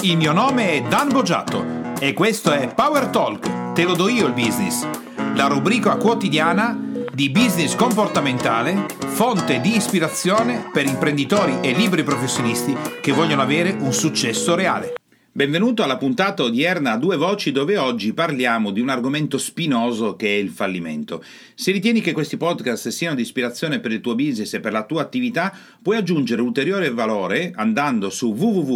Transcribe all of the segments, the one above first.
Il mio nome è Dan Boggiato e questo è Power Talk, te lo do io il business, la rubrica quotidiana di business comportamentale, fonte di ispirazione per imprenditori e liberi professionisti che vogliono avere un successo reale. Benvenuto alla puntata odierna a due voci, dove oggi parliamo di un argomento spinoso che è il fallimento. Se ritieni che questi podcast siano di ispirazione per il tuo business e per la tua attività, puoi aggiungere ulteriore valore andando su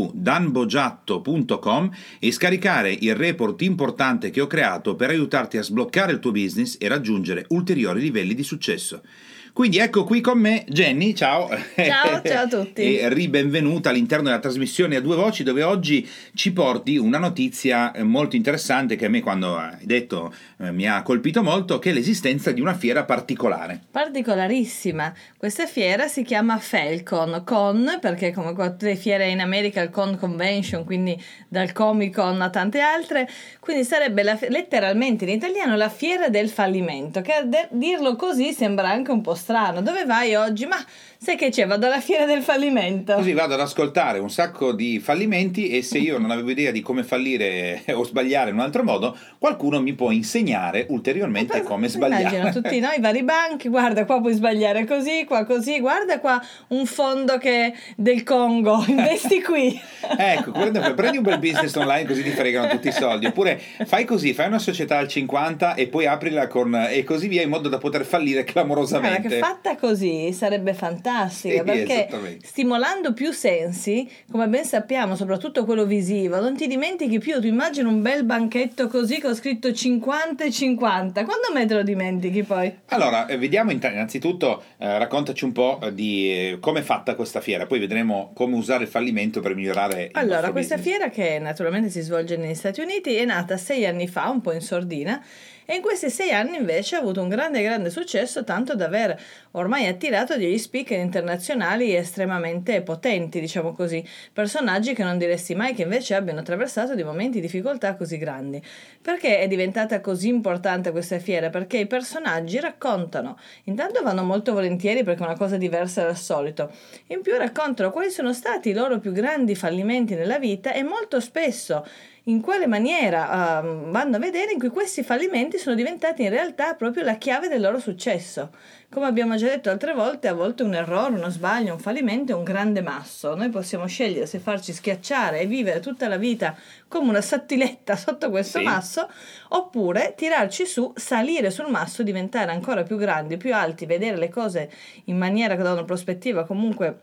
www.danboggiatto.com e scaricare il report importante che ho creato per aiutarti a sbloccare il tuo business e raggiungere ulteriori livelli di successo. Quindi ecco qui con me Jenny, ciao! Ciao a tutti! E ribenvenuta all'interno della trasmissione a due voci, dove oggi ci porti una notizia molto interessante che a me, quando hai detto, mi ha colpito molto, che è l'esistenza di una fiera particolare. Particolarissima. Questa fiera si chiama Falcon, con, perché come tutte le fiere in America, il Con Convention, quindi dal Comic Con a tante altre, quindi sarebbe letteralmente in italiano la fiera del fallimento, che dirlo così sembra anche un po' strano. Dove vai oggi? Ma sai che c'è? Vado alla fiera del fallimento. Così vado ad ascoltare un sacco di fallimenti e se io non avevo idea di come fallire o sbagliare in un altro modo, qualcuno mi può insegnare ulteriormente come sbagliare. Immagino tutti noi vari banchi, guarda qua puoi sbagliare così, qua così, guarda qua un fondo che del Congo, investi qui. Ecco, prendi un bel business online così ti fregano tutti i soldi, oppure fai così, fai una società al 50 e poi aprila e così via, in modo da poter fallire clamorosamente. Che fatta così sarebbe fantastica, sì, perché stimolando più sensi, come ben sappiamo, soprattutto quello visivo, non ti dimentichi più. Tu immagini un bel banchetto così con scritto 50 e 50, quando mai te lo dimentichi poi? Allora, vediamo innanzitutto, raccontaci un po' di come è fatta questa fiera, poi vedremo come usare il fallimento per migliorare il nostro questa business. Fiera, che naturalmente si svolge negli Stati Uniti, è nata 6 anni fa, un po' in sordina, e in questi 6 anni invece ha avuto un grande successo, tanto da aver ormai attirato degli speaker internazionali estremamente potenti, diciamo così, personaggi che non diresti mai che invece abbiano attraversato dei momenti di difficoltà così grandi. Perché è diventata così importante questa fiera? Perché i personaggi raccontano, intanto vanno molto volentieri perché è una cosa diversa dal solito, in più raccontano quali sono stati i loro più grandi fallimenti nella vita e molto spesso in quale maniera vanno a vedere in cui questi fallimenti sono diventati in realtà proprio la chiave del loro successo. Come abbiamo già detto altre volte, a volte un errore, uno sbaglio, un fallimento è un grande masso. Noi possiamo scegliere se farci schiacciare e vivere tutta la vita come una sattiletta sotto questo masso, oppure tirarci su, salire sul masso, diventare ancora più grandi, più alti, vedere le cose in maniera che da una prospettiva comunque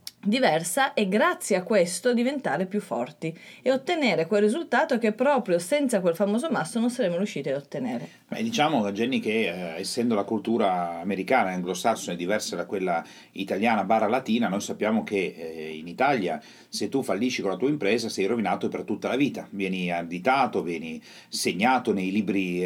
diversa e grazie a questo diventare più forti e ottenere quel risultato che proprio senza quel famoso masso non saremmo riusciti ad ottenere. Diciamo, Jenny, che essendo la cultura americana anglosassone diversa da quella italiana barra latina, noi sappiamo che in Italia se tu fallisci con la tua impresa sei rovinato per tutta la vita, vieni additato, vieni segnato nei libri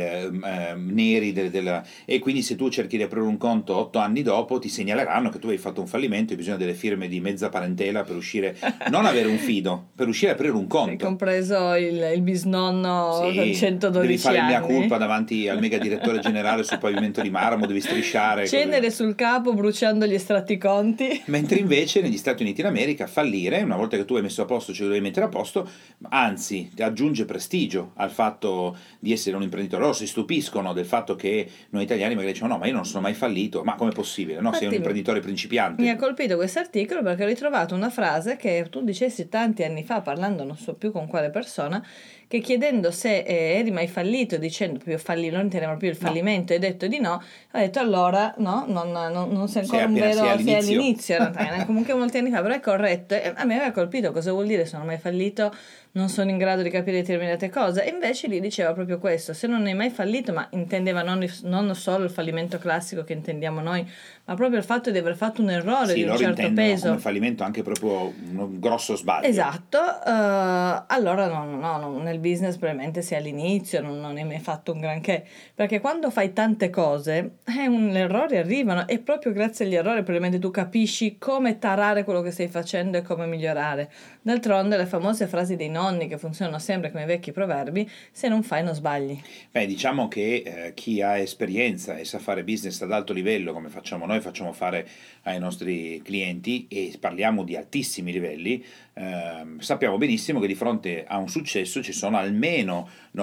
neri e quindi se tu cerchi di aprire un conto 8 anni dopo ti segnaleranno che tu hai fatto un fallimento e bisogna delle firme di mezza parentela per uscire, non avere un fido, per uscire a aprire un conto. Sei compreso il bisnonno con 112 devi fare anni. il mea culpa davanti al mega direttore generale sul pavimento di marmo, devi strisciare. Cenere sul capo bruciando gli estratti conti. Mentre invece negli Stati Uniti d'America fallire, una volta che tu hai messo a posto, ce lo devi mettere a posto, anzi ti aggiunge prestigio al fatto di essere un imprenditore. Loro si stupiscono del fatto che noi italiani magari diciamo no, ma io non sono mai fallito, ma com'è possibile? No, Infatti, sei un imprenditore principiante. Mi ha colpito questo articolo perché ho ritrovato una frase che tu dicessi tanti anni fa, parlando non so più con quale persona, che chiedendo se eri mai fallito, dicendo più non intendiamo più il fallimento, hai detto di no, ha detto allora no, non sei ancora un vero, sei all'inizio, comunque molti anni fa, però è corretto. A me aveva colpito cosa vuol dire sono mai fallito, non sono in grado di capire determinate cose, e invece lì diceva proprio questo: se non hai mai fallito, ma intendeva non solo il fallimento classico che intendiamo noi, ma proprio il fatto di aver fatto un errore di un certo peso, come fallimento anche proprio un grosso sbaglio. Esatto, allora no, nel business probabilmente sei all'inizio, non hai mai fatto un granché, perché quando fai tante cose gli errori arrivano e proprio grazie agli errori probabilmente tu capisci come tarare quello che stai facendo e come migliorare. D'altronde le famose frasi dei nonni che funzionano sempre come i vecchi proverbi: se non fai non sbagli. Diciamo che chi ha esperienza e sa fare business ad alto livello come facciamo noi, facciamo fare ai nostri clienti, e parliamo di altissimi livelli, sappiamo benissimo che di fronte a un successo ci sono almeno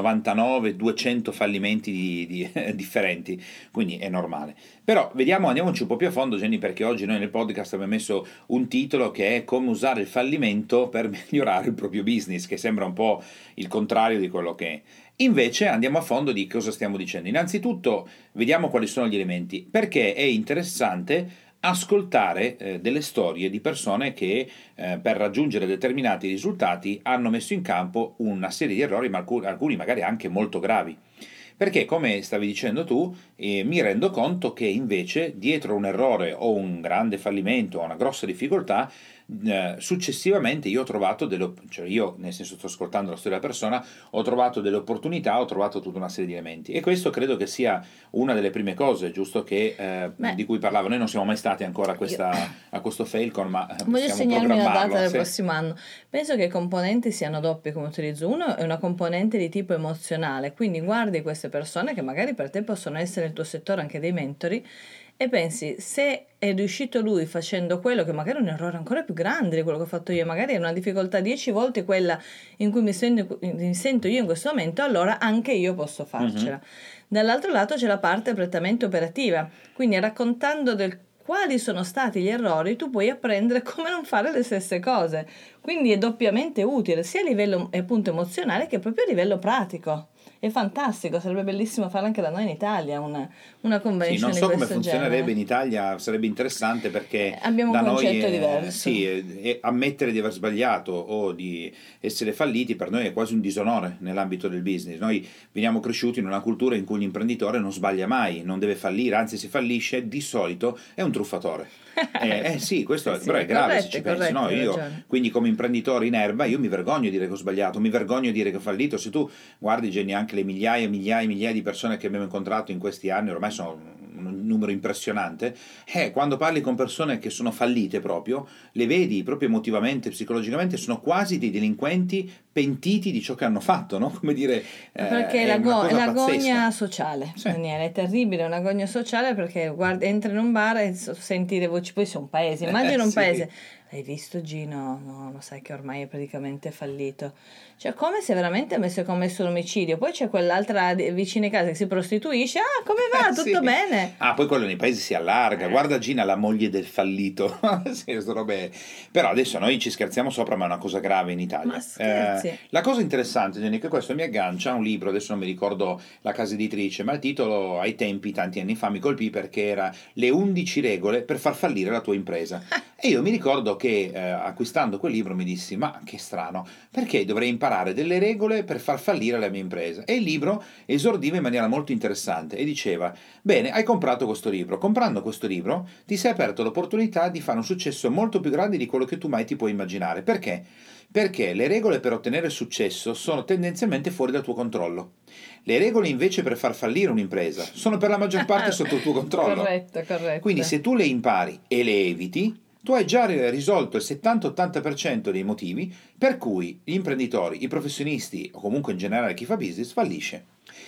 99-200 fallimenti differenti, quindi è normale. Però andiamoci un po' più a fondo, Jenny, perché oggi noi nel podcast abbiamo messo un titolo che è come usare il fallimento per migliorare il proprio business, che sembra un po' il contrario di quello che è. Invece andiamo a fondo di cosa stiamo dicendo. Innanzitutto vediamo quali sono gli elementi, perché è interessante ascoltare delle storie di persone che per raggiungere determinati risultati hanno messo in campo una serie di errori, ma alcuni magari anche molto gravi. Perché, come stavi dicendo tu, mi rendo conto che invece dietro un errore o un grande fallimento o una grossa difficoltà, successivamente io ho trovato nel senso, sto ascoltando la storia della persona, ho trovato delle opportunità, ho trovato tutta una serie di elementi, e questo credo che sia una delle prime cose, giusto, che di cui parlavo. Noi non siamo mai stati ancora a questo Failcon, ma voglio segnarmi una data del sì. prossimo anno. Penso che i componenti siano doppi come utilizzo. Uno è una componente di tipo emozionale, quindi guardi queste persone che magari per te possono essere nel tuo settore anche dei mentori e pensi, se è riuscito lui facendo quello, che magari è un errore ancora più grande di quello che ho fatto io, magari è una difficoltà 10 volte quella in cui mi sento io in questo momento, allora anche io posso farcela. Dall'altro lato c'è la parte prettamente operativa, quindi raccontando quali sono stati gli errori, tu puoi apprendere come non fare le stesse cose. Quindi è doppiamente utile, sia a livello appunto emozionale che proprio a livello pratico. È fantastico, sarebbe bellissimo farlo anche da noi in Italia, una convention sì, non so di come questo funzionerebbe genere. In Italia, sarebbe interessante, perché abbiamo da un concetto noi diverso. sì, ammettere di aver sbagliato o di essere falliti per noi è quasi un disonore nell'ambito del business. Noi veniamo cresciuti in una cultura in cui l'imprenditore non sbaglia mai, non deve fallire, anzi se fallisce di solito è un truffatore. Sì, questo sì, però è grave, se ci pensi, corretto, no? Io quindi come imprenditore in erba io mi vergogno di dire che ho sbagliato, mi vergogno di dire che ho fallito. Se tu guardi, Jenny, anche le migliaia e migliaia di persone che abbiamo incontrato in questi anni, ormai sono un numero impressionante, quando parli con persone che sono fallite proprio, le vedi proprio emotivamente, psicologicamente, sono quasi dei delinquenti pentiti di ciò che hanno fatto, no? Come dire, perché è l'agonia sociale, sì. Daniele, è terribile, è un'agonia sociale, perché entri in un bar e senti le voci, poi sono paesi, immagina un sì. paese, hai visto Gino? No, lo sai che ormai è praticamente fallito, cioè come se veramente avesse commesso un omicidio. Poi c'è quell'altra vicina casa che si prostituisce, come va? Tutto bene? Poi quello nei paesi si allarga, guarda Gina, la moglie del fallito. Sì, robe. Però adesso noi ci scherziamo sopra, ma è una cosa grave in Italia. Ma scherzi. La cosa interessante, Jenny, che questo mi aggancia a un libro, adesso non mi ricordo la casa editrice, ma il titolo ai tempi, tanti anni fa, mi colpì perché era Le 11 regole per far fallire la tua impresa. E io mi ricordo che acquistando quel libro mi dissi, ma che strano, perché dovrei imparare delle regole per far fallire la mia impresa? E il libro esordiva in maniera molto interessante e diceva, bene, hai comprato questo libro, comprando questo libro ti sei aperto l'opportunità di fare un successo molto più grande di quello che tu mai ti puoi immaginare. Perché? Perché le regole per ottenere successo sono tendenzialmente fuori dal tuo controllo. Le regole invece per far fallire un'impresa sono per la maggior parte sotto il tuo controllo. Corretto. Quindi se tu le impari e le eviti, tu hai già risolto il 70-80% dei motivi per cui gli imprenditori, i professionisti o comunque in generale chi fa business fallisce.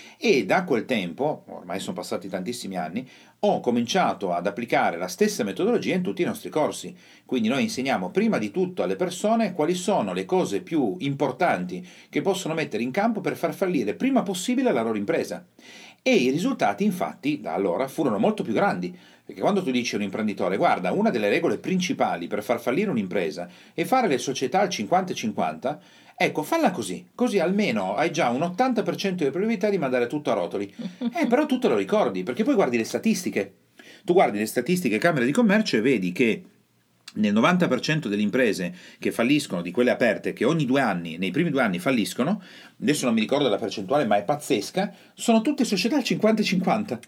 E da quel tempo, ormai sono passati tantissimi anni, ho cominciato ad applicare la stessa metodologia in tutti i nostri corsi. Quindi noi insegniamo prima di tutto alle persone quali sono le cose più importanti che possono mettere in campo per far fallire prima possibile la loro impresa. E i risultati infatti da allora furono molto più grandi, perché quando tu dici a un imprenditore, guarda, una delle regole principali per far fallire un'impresa è fare le società al 50-50, ecco, falla così almeno hai già un 80% di probabilità di mandare tutto a rotoli. Però tu te lo ricordi, perché poi guardi le statistiche. Tu guardi le statistiche Camere di Commercio e vedi che nel 90% delle imprese che falliscono, di quelle aperte, che ogni 2 anni, nei primi 2 anni falliscono, adesso non mi ricordo la percentuale, ma è pazzesca, sono tutte società al 50-50.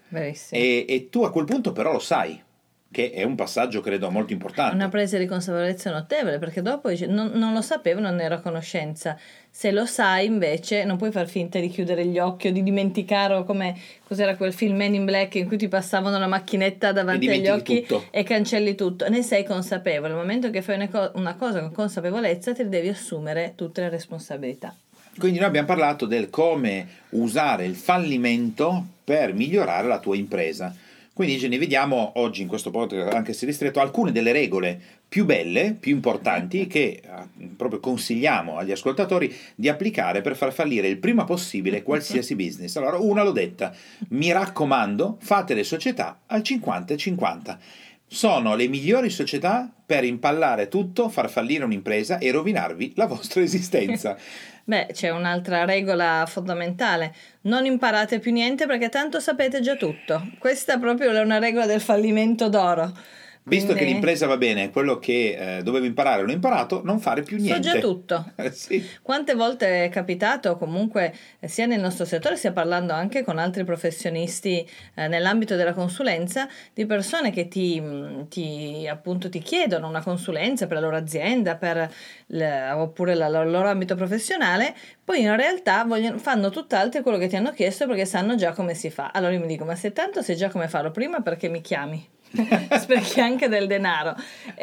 E tu a quel punto però lo sai, che è un passaggio credo molto importante. Una presa di consapevolezza notevole, perché dopo non lo sapevo, non ne ero a conoscenza. Se lo sai invece non puoi far finta di chiudere gli occhi o di dimenticare, o come cos'era quel film Men in Black in cui ti passavano la macchinetta davanti agli occhi tutto. E cancelli tutto. Ne sei consapevole. Nel momento che fai una cosa con consapevolezza ti devi assumere tutte le responsabilità. Quindi noi abbiamo parlato del come usare il fallimento per migliorare la tua impresa. Quindi Jenny, vediamo oggi in questo podcast, anche se ristretto, alcune delle regole più belle, più importanti che proprio consigliamo agli ascoltatori di applicare per far fallire il prima possibile qualsiasi business. Allora, una l'ho detta, mi raccomando, fate le società al 50-50. Sono le migliori società per impallare tutto, far fallire un'impresa e rovinarvi la vostra esistenza. Beh, c'è un'altra regola fondamentale: non imparate più niente perché tanto sapete già tutto. Questa proprio è una regola del fallimento d'oro. Visto che l'impresa va bene, quello che dovevo imparare l'ho imparato, non fare più niente. So già tutto. Sì. Quante volte è capitato, comunque, sia nel nostro settore, sia parlando anche con altri professionisti nell'ambito della consulenza, di persone che appunto ti chiedono una consulenza per la loro azienda, oppure il loro ambito professionale, poi in realtà fanno tutt'altro quello che ti hanno chiesto perché sanno già come si fa. Allora io mi dico, ma se tanto sai già come farlo prima, perché mi chiami? Sprechi anche del denaro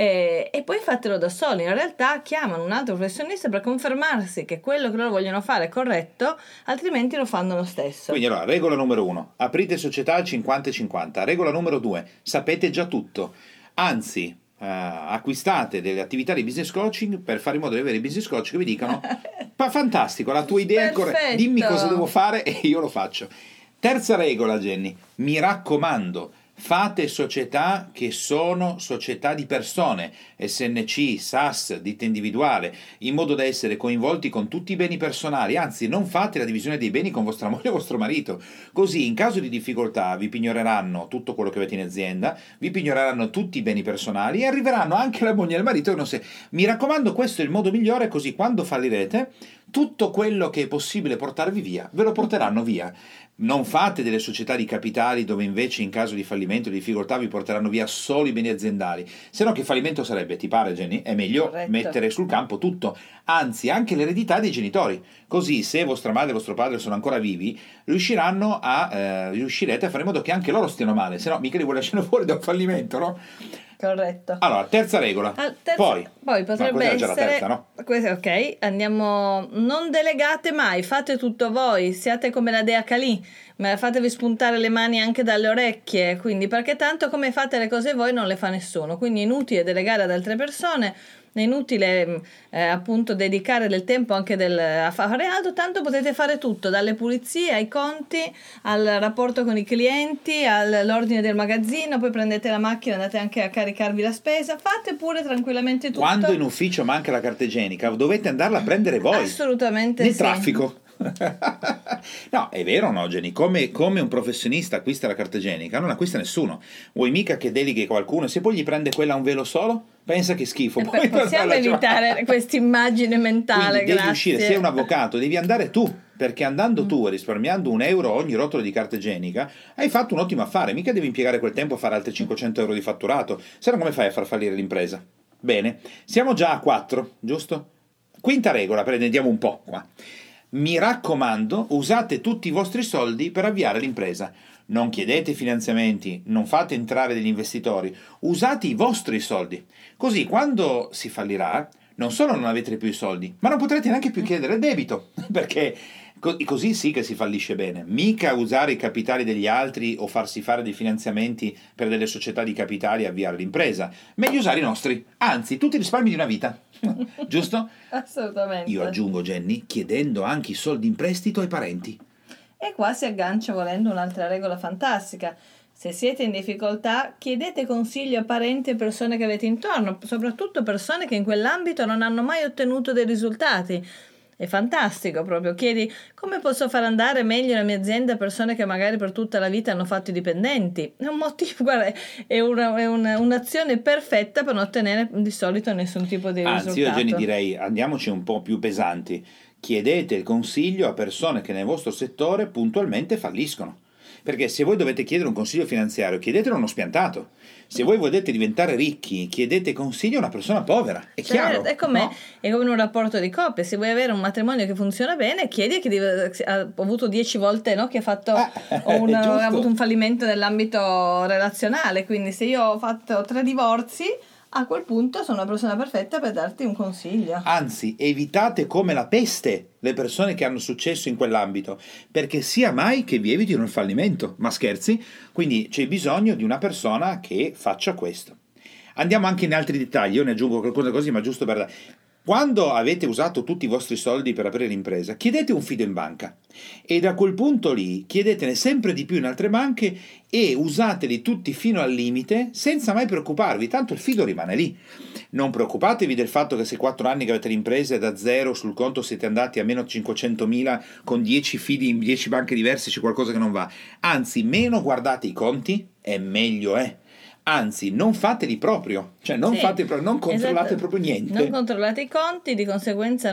e poi fatelo da soli. In realtà chiamano un altro professionista per confermarsi che quello che loro vogliono fare è corretto, altrimenti lo fanno lo stesso. Quindi allora, regola numero 1, aprite società al 50-50. Regola numero 2, sapete già tutto, anzi acquistate delle attività di business coaching per fare in modo di avere i business coach che vi dicano fantastico, la tua idea è corretta, dimmi cosa devo fare e io lo faccio. Terza regola, Jenny, mi raccomando, fate società che sono società di persone, SNC, SAS, ditta individuale, in modo da essere coinvolti con tutti i beni personali. Anzi, non fate la divisione dei beni con vostra moglie o vostro marito. Così, in caso di difficoltà, vi pignoreranno tutto quello che avete in azienda, vi pignoreranno tutti i beni personali e arriveranno anche la moglie e il marito che non si... Mi raccomando, questo è il modo migliore, così quando fallirete, tutto quello che è possibile portarvi via, ve lo porteranno via. Non fate delle società di capitali dove invece in caso di fallimento, di difficoltà vi porteranno via solo i beni aziendali. Se no che fallimento sarebbe, ti pare Jenny? È meglio mettere sul campo tutto, anzi anche l'eredità dei genitori. Così se vostra madre e vostro padre sono ancora vivi, riuscirete a fare in modo che anche loro stiano male, se no mica li vuoi lasciare fuori da un fallimento, no? Corretto. Allora, terza regola. Poi potrebbe essere già la terza, no? Ok, andiamo. Non delegate mai, fate tutto voi, siate come la dea Kali, ma fatevi spuntare le mani anche dalle orecchie, quindi perché tanto come fate le cose voi non le fa nessuno, quindi è inutile delegare ad altre persone. È inutile appunto dedicare del tempo anche a fare altro, tanto potete fare tutto, dalle pulizie ai conti, al rapporto con i clienti, all'ordine del magazzino, poi prendete la macchina, andate anche a caricarvi la spesa, fate pure tranquillamente tutto. Quando in ufficio manca la carta igienica, dovete andarla a prendere voi. Assolutamente nel sì. traffico. No, è vero, no, Jenny? Come un professionista acquista la carta igienica, non acquista nessuno. Vuoi mica che deleghi qualcuno e se poi gli prende quella a un velo solo? Pensa che schifo. Poi possiamo evitare questa immagine mentale. Quindi devi uscire, sei un avvocato, devi andare tu, perché andando tu e risparmiando €1 ogni rotolo di carta igienica hai fatto un ottimo affare. Mica devi impiegare quel tempo a fare altri €500 di fatturato, se no come fai a far fallire l'impresa? Bene, siamo già a 4, giusto? Quinta regola, prendiamo un po' qua. Mi raccomando, usate tutti i vostri soldi per avviare l'impresa. Non chiedete finanziamenti, non fate entrare degli investitori, usate i vostri soldi. Così quando si fallirà, non solo non avete più i soldi, ma non potrete neanche più chiedere il debito, perché così sì che si fallisce bene. Mica usare i capitali degli altri o farsi fare dei finanziamenti per delle società di capitali e avviare l'impresa. Meglio usare i nostri, anzi tutti i risparmi di una vita. Giusto? Assolutamente. Io aggiungo, Jenny, chiedendo anche i soldi in prestito ai parenti. E qua si aggancia volendo un'altra regola fantastica. Se siete in difficoltà, chiedete consiglio a parenti e persone che avete intorno, soprattutto persone che in quell'ambito non hanno mai ottenuto dei risultati. È fantastico proprio, chiedi come posso far andare meglio la mia azienda a persone che magari per tutta la vita hanno fatto i dipendenti. È un motivo, guarda, è un'azione perfetta per non ottenere di solito nessun tipo di risultato. Anzi, io Jenny direi andiamoci un po' più pesanti. Chiedete il consiglio a persone che nel vostro settore puntualmente falliscono. Perché se voi dovete chiedere un consiglio finanziario, chiedetelo a uno spiantato. Se voi volete diventare ricchi, chiedete consiglio a una persona povera. È chiaro? È come in un rapporto di coppia. Se vuoi avere un matrimonio che funziona bene, chiedi che ha avuto 10 volte, no, che ha fatto ha avuto un fallimento nell'ambito relazionale. Quindi se io ho fatto 3 divorzi, a quel punto sono la persona perfetta per darti un consiglio. Anzi, evitate come la peste le persone che hanno successo in quell'ambito, perché sia mai che vi evitino il fallimento. Ma scherzi? Quindi c'è bisogno di una persona che faccia questo. Andiamo anche in altri dettagli, io ne aggiungo qualcosa così, ma giusto per... Quando avete usato tutti i vostri soldi per aprire l'impresa, chiedete un fido in banca e da quel punto lì chiedetene sempre di più in altre banche e usateli tutti fino al limite senza mai preoccuparvi, tanto il fido rimane lì. Non preoccupatevi del fatto che se 4 anni che avete l'impresa e da zero sul conto siete andati a meno 500.000 con 10 fidi in 10 banche diverse, c'è qualcosa che non va. Anzi, meno guardate i conti e meglio è. Anzi, non fateli proprio, cioè non controllate proprio niente. Non controllate i conti, di conseguenza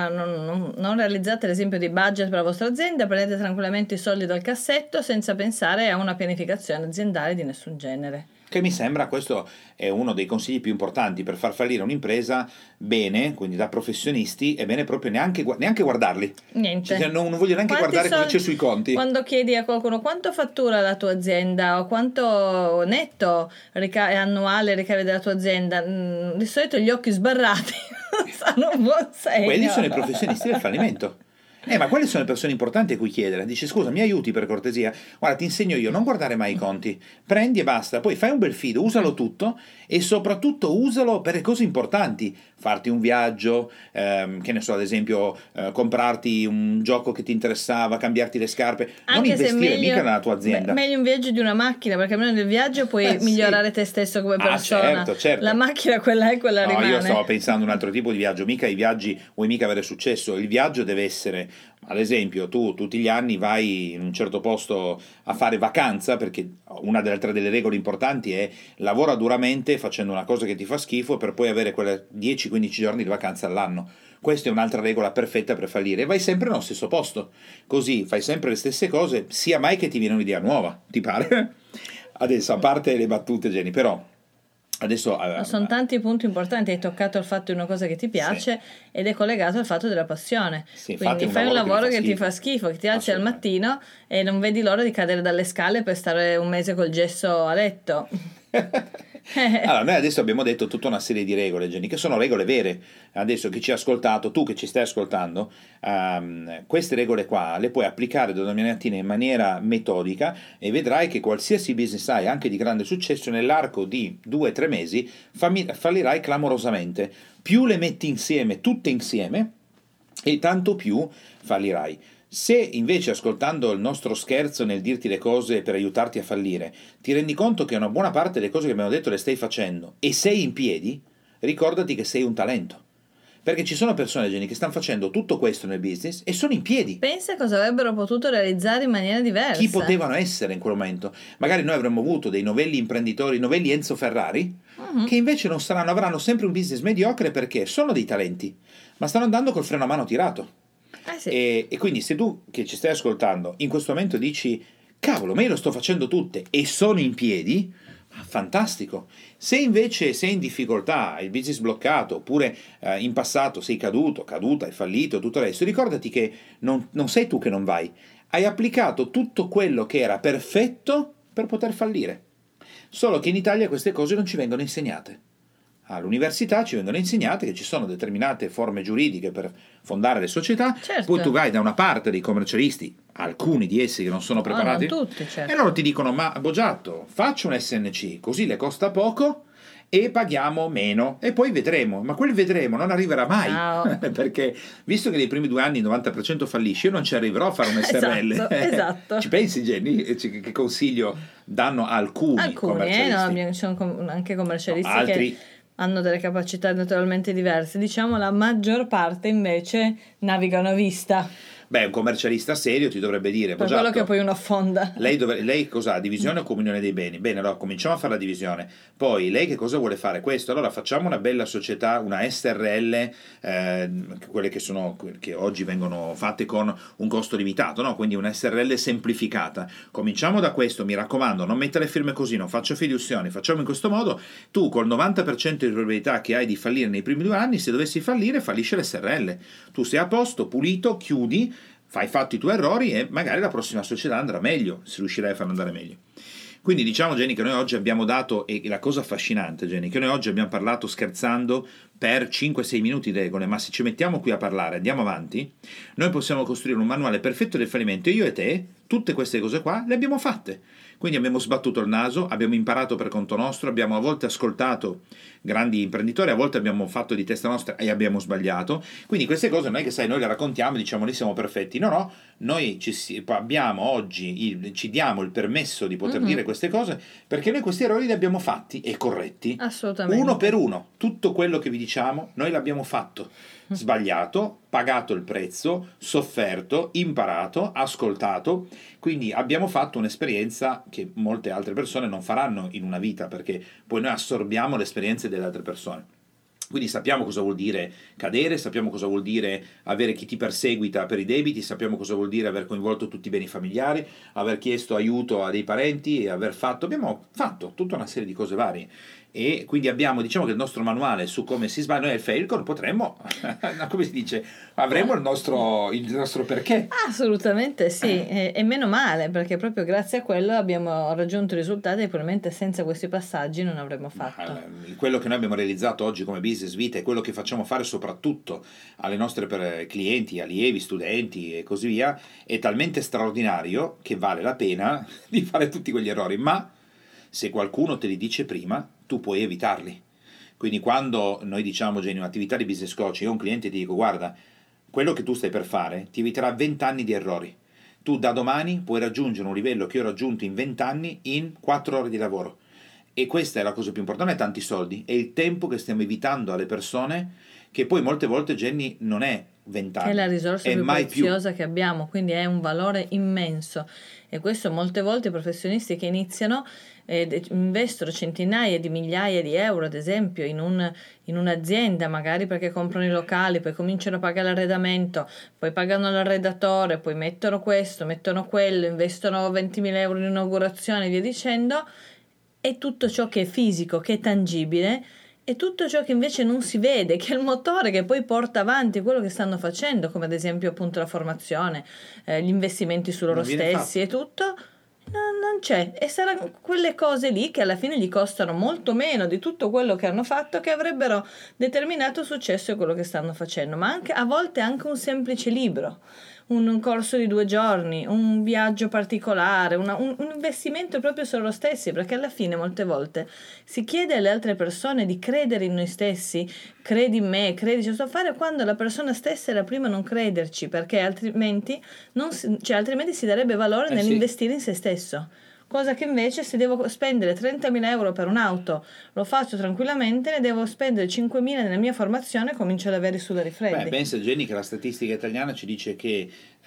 non realizzate l'esempio di budget per la vostra azienda, prendete tranquillamente i soldi dal cassetto senza pensare a una pianificazione aziendale di nessun genere. Che mi sembra questo è uno dei consigli più importanti per far fallire un'impresa bene, quindi da professionisti, è bene proprio neanche guardarli. Niente. Cioè, non voglio neanche guardare cosa c'è sui conti. Quando chiedi a qualcuno quanto fattura la tua azienda o quanto netto annuale ricavi della tua azienda, di solito gli occhi sbarrati sanno un buon segno. Quelli sono i professionisti del fallimento. Ma quali sono le persone importanti a cui chiedere? Dice: scusa, mi aiuti per cortesia? Guarda, ti insegno io, non guardare mai i conti, prendi e basta, poi fai un bel fido, usalo tutto e soprattutto usalo per le cose importanti, farti un viaggio, che ne so, ad esempio comprarti un gioco che ti interessava, cambiarti le scarpe, non investire mica nella tua azienda. Meglio un viaggio di una macchina, perché almeno nel viaggio puoi migliorare te stesso come persona. Certo. La macchina quella rimane. Io stavo pensando a un altro tipo di viaggio, mica i viaggi vuoi mica avere successo, il viaggio deve essere, ad esempio, tu tutti gli anni vai in un certo posto a fare vacanza, perché una delle regole importanti è lavora duramente facendo una cosa che ti fa schifo per poi avere quelle 10-15 giorni di vacanza all'anno. Questa è un'altra regola perfetta per fallire. Vai sempre nello stesso posto, così fai sempre le stesse cose, sia mai che ti viene un'idea nuova, ti pare? Adesso, a parte le battute, Jenny, però adesso sono tanti punti importanti. Hai toccato il fatto di una cosa che ti piace, ed è collegato al fatto della passione. Quindi fai un lavoro che ti fa schifo, che ti alzi al mattino e non vedi l'ora di cadere dalle scale per stare un mese col gesso a letto. Allora, noi adesso abbiamo detto tutta una serie di regole, Jenny, che sono regole vere. Adesso chi ci ha ascoltato, tu che ci stai ascoltando, queste regole qua le puoi applicare da domani mattina in maniera metodica e vedrai che qualsiasi business hai, anche di grande successo, nell'arco di 2-3 mesi fallirai clamorosamente. Più le metti insieme, tutte insieme, e tanto più fallirai. Se invece, ascoltando il nostro scherzo nel dirti le cose per aiutarti a fallire, ti rendi conto che una buona parte delle cose che abbiamo detto le stai facendo e sei in piedi, ricordati che sei un talento. Perché ci sono persone, Jenny, che stanno facendo tutto questo nel business e sono in piedi. Pensa cosa avrebbero potuto realizzare in maniera diversa. Chi potevano essere in quel momento? Magari noi avremmo avuto dei novelli imprenditori, novelli Enzo Ferrari, che invece non avranno sempre un business mediocre perché sono dei talenti, ma stanno andando col freno a mano tirato. Sì. E quindi se tu che ci stai ascoltando in questo momento dici: cavolo, ma io lo sto facendo tutte e sono in piedi, fantastico. Se invece sei in difficoltà, il business bloccato, oppure in passato sei caduta, hai fallito, tutto il resto, ricordati che non sei tu che non vai, hai applicato tutto quello che era perfetto per poter fallire, solo che in Italia queste cose non ci vengono insegnate. All'università ci vengono insegnate che ci sono determinate forme giuridiche per fondare le società, poi tu vai da una parte dei commercialisti, alcuni di essi che non sono preparati, non tutti, certo. E loro ti dicono: ma Boggiatto, faccio un SNC, così le costa poco e paghiamo meno e poi vedremo. Ma quel vedremo non arriverà mai, perché visto che nei primi 2 anni il 90% fallisce, io non ci arriverò a fare un SRL. Esatto. Ci pensi, Jenny? Che consiglio danno alcuni commercialisti? Ci sono anche commercialisti altri che hanno delle capacità naturalmente diverse. Diciamo la maggior parte invece navigano a vista. Beh, un commercialista serio ti dovrebbe dire: per quello che poi uno affonda. Lei cos'ha? Divisione o comunione dei beni? Bene, allora cominciamo a fare la divisione. Poi lei che cosa vuole fare? Questo. Allora facciamo una bella società, una SRL, quelle che oggi vengono fatte con un costo limitato, no? Quindi una SRL semplificata. Cominciamo da questo, mi raccomando, non mettere firme così, non faccio fiduzioni, facciamo in questo modo. Tu col 90% di probabilità che hai di fallire nei primi 2 anni, se dovessi fallire, fallisce l'SRL. Tu sei a posto, pulito, chiudi, fai fatti i tuoi errori e magari la prossima società andrà meglio, se riuscirai a farla andare meglio. Quindi diciamo, Jenny, che noi oggi abbiamo dato, e la cosa affascinante, Jenny, che noi oggi abbiamo parlato scherzando per 5-6 minuti di regole, ma se ci mettiamo qui a parlare, andiamo avanti, noi possiamo costruire un manuale perfetto del fallimento. Io e te, tutte queste cose qua, le abbiamo fatte. Quindi abbiamo sbattuto il naso, abbiamo imparato per conto nostro, abbiamo a volte ascoltato grandi imprenditori, a volte abbiamo fatto di testa nostra e abbiamo sbagliato. Quindi queste cose non è che, sai, noi le raccontiamo e diciamo noi siamo perfetti. No, noi abbiamo oggi, ci diamo il permesso di poter dire queste cose, perché noi questi errori li abbiamo fatti e corretti. Assolutamente. Uno per uno. Tutto quello che vi diciamo, noi l'abbiamo fatto. Sbagliato, pagato il prezzo, sofferto, imparato, ascoltato. Quindi abbiamo fatto un'esperienza che molte altre persone non faranno in una vita, perché poi noi assorbiamo le esperienze delle altre persone. Quindi sappiamo cosa vuol dire cadere, sappiamo cosa vuol dire avere chi ti perseguita per i debiti, sappiamo cosa vuol dire aver coinvolto tutti i beni familiari, aver chiesto aiuto a dei parenti e abbiamo fatto tutta una serie di cose varie. E quindi abbiamo, diciamo che il nostro manuale su come si sbaglia, noi al Failcore potremmo, come si dice, avremo il nostro perché. Assolutamente sì, e meno male, perché proprio grazie a quello abbiamo raggiunto risultati che probabilmente senza questi passaggi non avremmo fatto. Quello che noi abbiamo realizzato oggi come Business Vita e quello che facciamo fare soprattutto alle nostre clienti, allievi, studenti e così via, è talmente straordinario che vale la pena di fare tutti quegli errori, ma se qualcuno te li dice prima, tu puoi evitarli. Quindi quando noi diciamo in un'attività di business coach, io a un cliente ti dico: guarda, quello che tu stai per fare ti eviterà 20 anni di errori. Tu da domani puoi raggiungere un livello che io ho raggiunto in 20 anni in 4 ore di lavoro. E questa è la cosa più importante, non è tanti soldi, è il tempo che stiamo evitando alle persone, che poi molte volte, Jenny, non è 20 anni. È la risorsa più preziosa che abbiamo, quindi è un valore immenso. E questo molte volte i professionisti che iniziano investono centinaia di migliaia di euro, ad esempio, in un'azienda, magari perché comprano i locali, poi cominciano a pagare l'arredamento, poi pagano l'arredatore, poi mettono questo, mettono quello, investono 20.000 euro in inaugurazione e via dicendo, e tutto ciò che è fisico, che è tangibile, e tutto ciò che invece non si vede, che è il motore che poi porta avanti quello che stanno facendo, come ad esempio appunto la formazione, gli investimenti su loro stessi e tutto, non c'è. E saranno quelle cose lì che alla fine gli costano molto meno di tutto quello che hanno fatto, che avrebbero determinato successo in quello che stanno facendo. Ma anche a volte anche un semplice libro, un corso di 2 giorni, un viaggio particolare, un investimento proprio su loro stessi, perché alla fine molte volte si chiede alle altre persone di credere in noi stessi, credi in me, credi ciò sto a fare, quando la persona stessa è la prima a non crederci, perché altrimenti si darebbe valore nell'investire in se stesso. Cosa che invece, se devo spendere 30.000 euro per un'auto, lo faccio tranquillamente, ne devo spendere 5.000 nella mia formazione e comincio ad avere i sudori freddi. Pensa, Jenny, che la statistica italiana ci dice che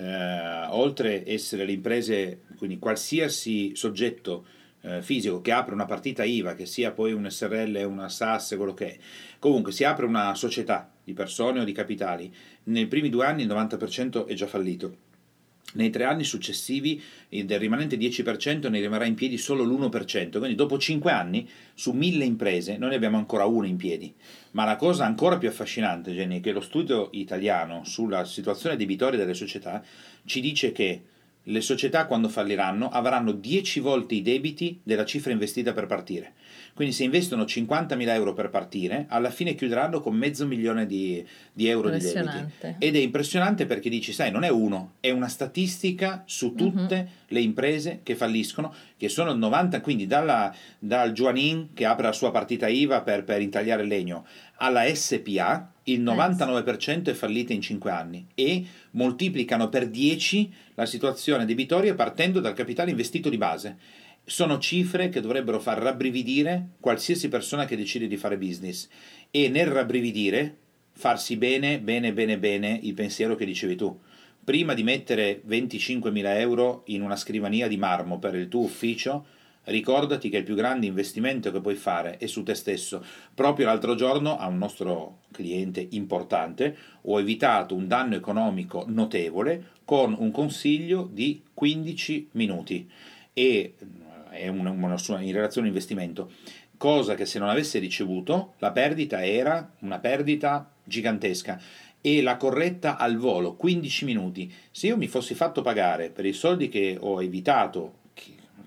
oltre essere le imprese, quindi qualsiasi soggetto fisico che apre una partita IVA, che sia poi un SRL, una SAS, quello che è, comunque si apre una società di persone o di capitali, nei primi 2 anni il 90% è già fallito. Nei 3 anni successivi del rimanente 10% ne rimarrà in piedi solo l'1%, quindi dopo 5 anni su 1.000 imprese noi ne abbiamo ancora una in piedi. Ma la cosa ancora più affascinante, Jenny, è che lo studio italiano sulla situazione debitoria delle società ci dice che le società, quando falliranno, avranno 10 volte i debiti della cifra investita per partire. Quindi se investono 50.000 euro per partire, alla fine chiuderanno con $500.000 di euro di debiti. Ed è impressionante perché dici, sai, non è uno, è una statistica su tutte le imprese che falliscono, che sono il 90, quindi dal Juanin che apre la sua partita IVA per intagliare il legno, alla SPA, il 99% è fallita in 5 anni, e moltiplicano per 10 la situazione debitoria partendo dal capitale investito di base. Sono cifre che dovrebbero far rabbrividire qualsiasi persona che decide di fare business, e nel rabbrividire farsi bene il pensiero che dicevi tu. Prima di mettere 25.000 euro in una scrivania di marmo per il tuo ufficio, ricordati che il più grande investimento che puoi fare è su te stesso. Proprio l'altro giorno a un nostro cliente importante ho evitato un danno economico notevole con un consiglio di 15 minuti, e è in relazione all'investimento, cosa che se non avesse ricevuto la perdita era una perdita gigantesca, e la corretta al volo, 15 minuti. Se io mi fossi fatto pagare per i soldi che ho evitato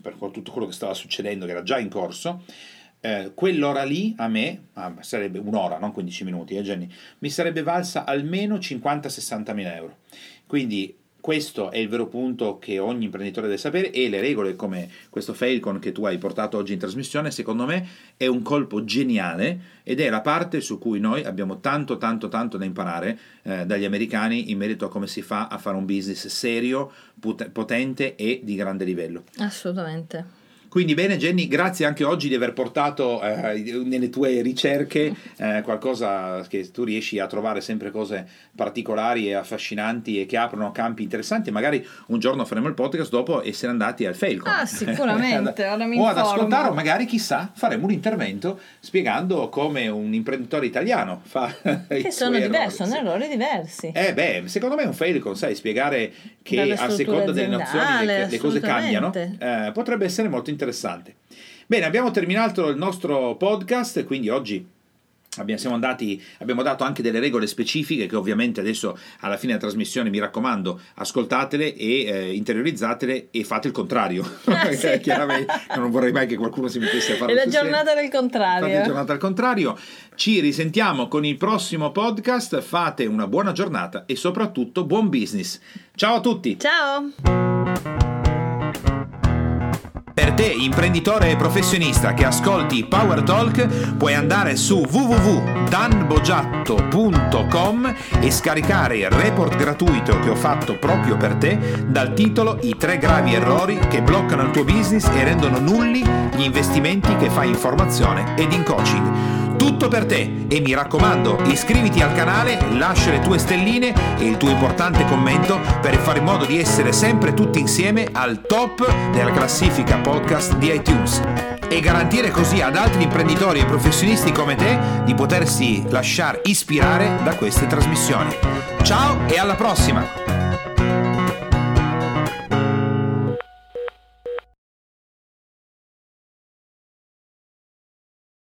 per tutto quello che stava succedendo, che era già in corso, quell'ora lì a me, sarebbe un'ora, non 15 minuti, Jenny, mi sarebbe valsa almeno 50-60 mila euro. Quindi questo è il vero punto che ogni imprenditore deve sapere, e le regole come questo Falcon che tu hai portato oggi in trasmissione, secondo me è un colpo geniale, ed è la parte su cui noi abbiamo tanto da imparare dagli americani in merito a come si fa a fare un business serio, potente e di grande livello. Assolutamente. Quindi bene Jenny, grazie anche oggi di aver portato nelle tue ricerche qualcosa che tu riesci a trovare sempre cose particolari e affascinanti e che aprono campi interessanti. Magari un giorno faremo il podcast dopo essere andati al Falcon. Sicuramente, ora mi o ad informo. ascoltare, o magari chissà faremo un intervento spiegando come un imprenditore italiano fa che sono diversi, sono errori diversi. Secondo me un Falcon, sai, spiegare che a seconda delle nazioni le cose cambiano, potrebbe essere molto interessante. Bene, abbiamo terminato il nostro podcast, quindi oggi abbiamo dato anche delle regole specifiche che ovviamente adesso alla fine della trasmissione, mi raccomando, ascoltatele e interiorizzatele e fate il contrario. Sì. Chiaramente non vorrei mai che qualcuno si mettesse a fare la giornata del contrario. Fate la giornata al contrario. Ci risentiamo con il prossimo podcast. Fate una buona giornata e soprattutto buon business. Ciao a tutti. Ciao. Per te, imprenditore e professionista che ascolti Power Talk, puoi andare su www.danbogiatto.com e scaricare il report gratuito che ho fatto proprio per te dal titolo I 3 gravi errori che bloccano il tuo business e rendono nulli gli investimenti che fai in formazione ed in coaching. Tutto per te, e mi raccomando, iscriviti al canale, lascia le tue stelline e il tuo importante commento per fare in modo di essere sempre tutti insieme al top della classifica podcast di iTunes e garantire così ad altri imprenditori e professionisti come te di potersi lasciar ispirare da queste trasmissioni. Ciao e alla prossima!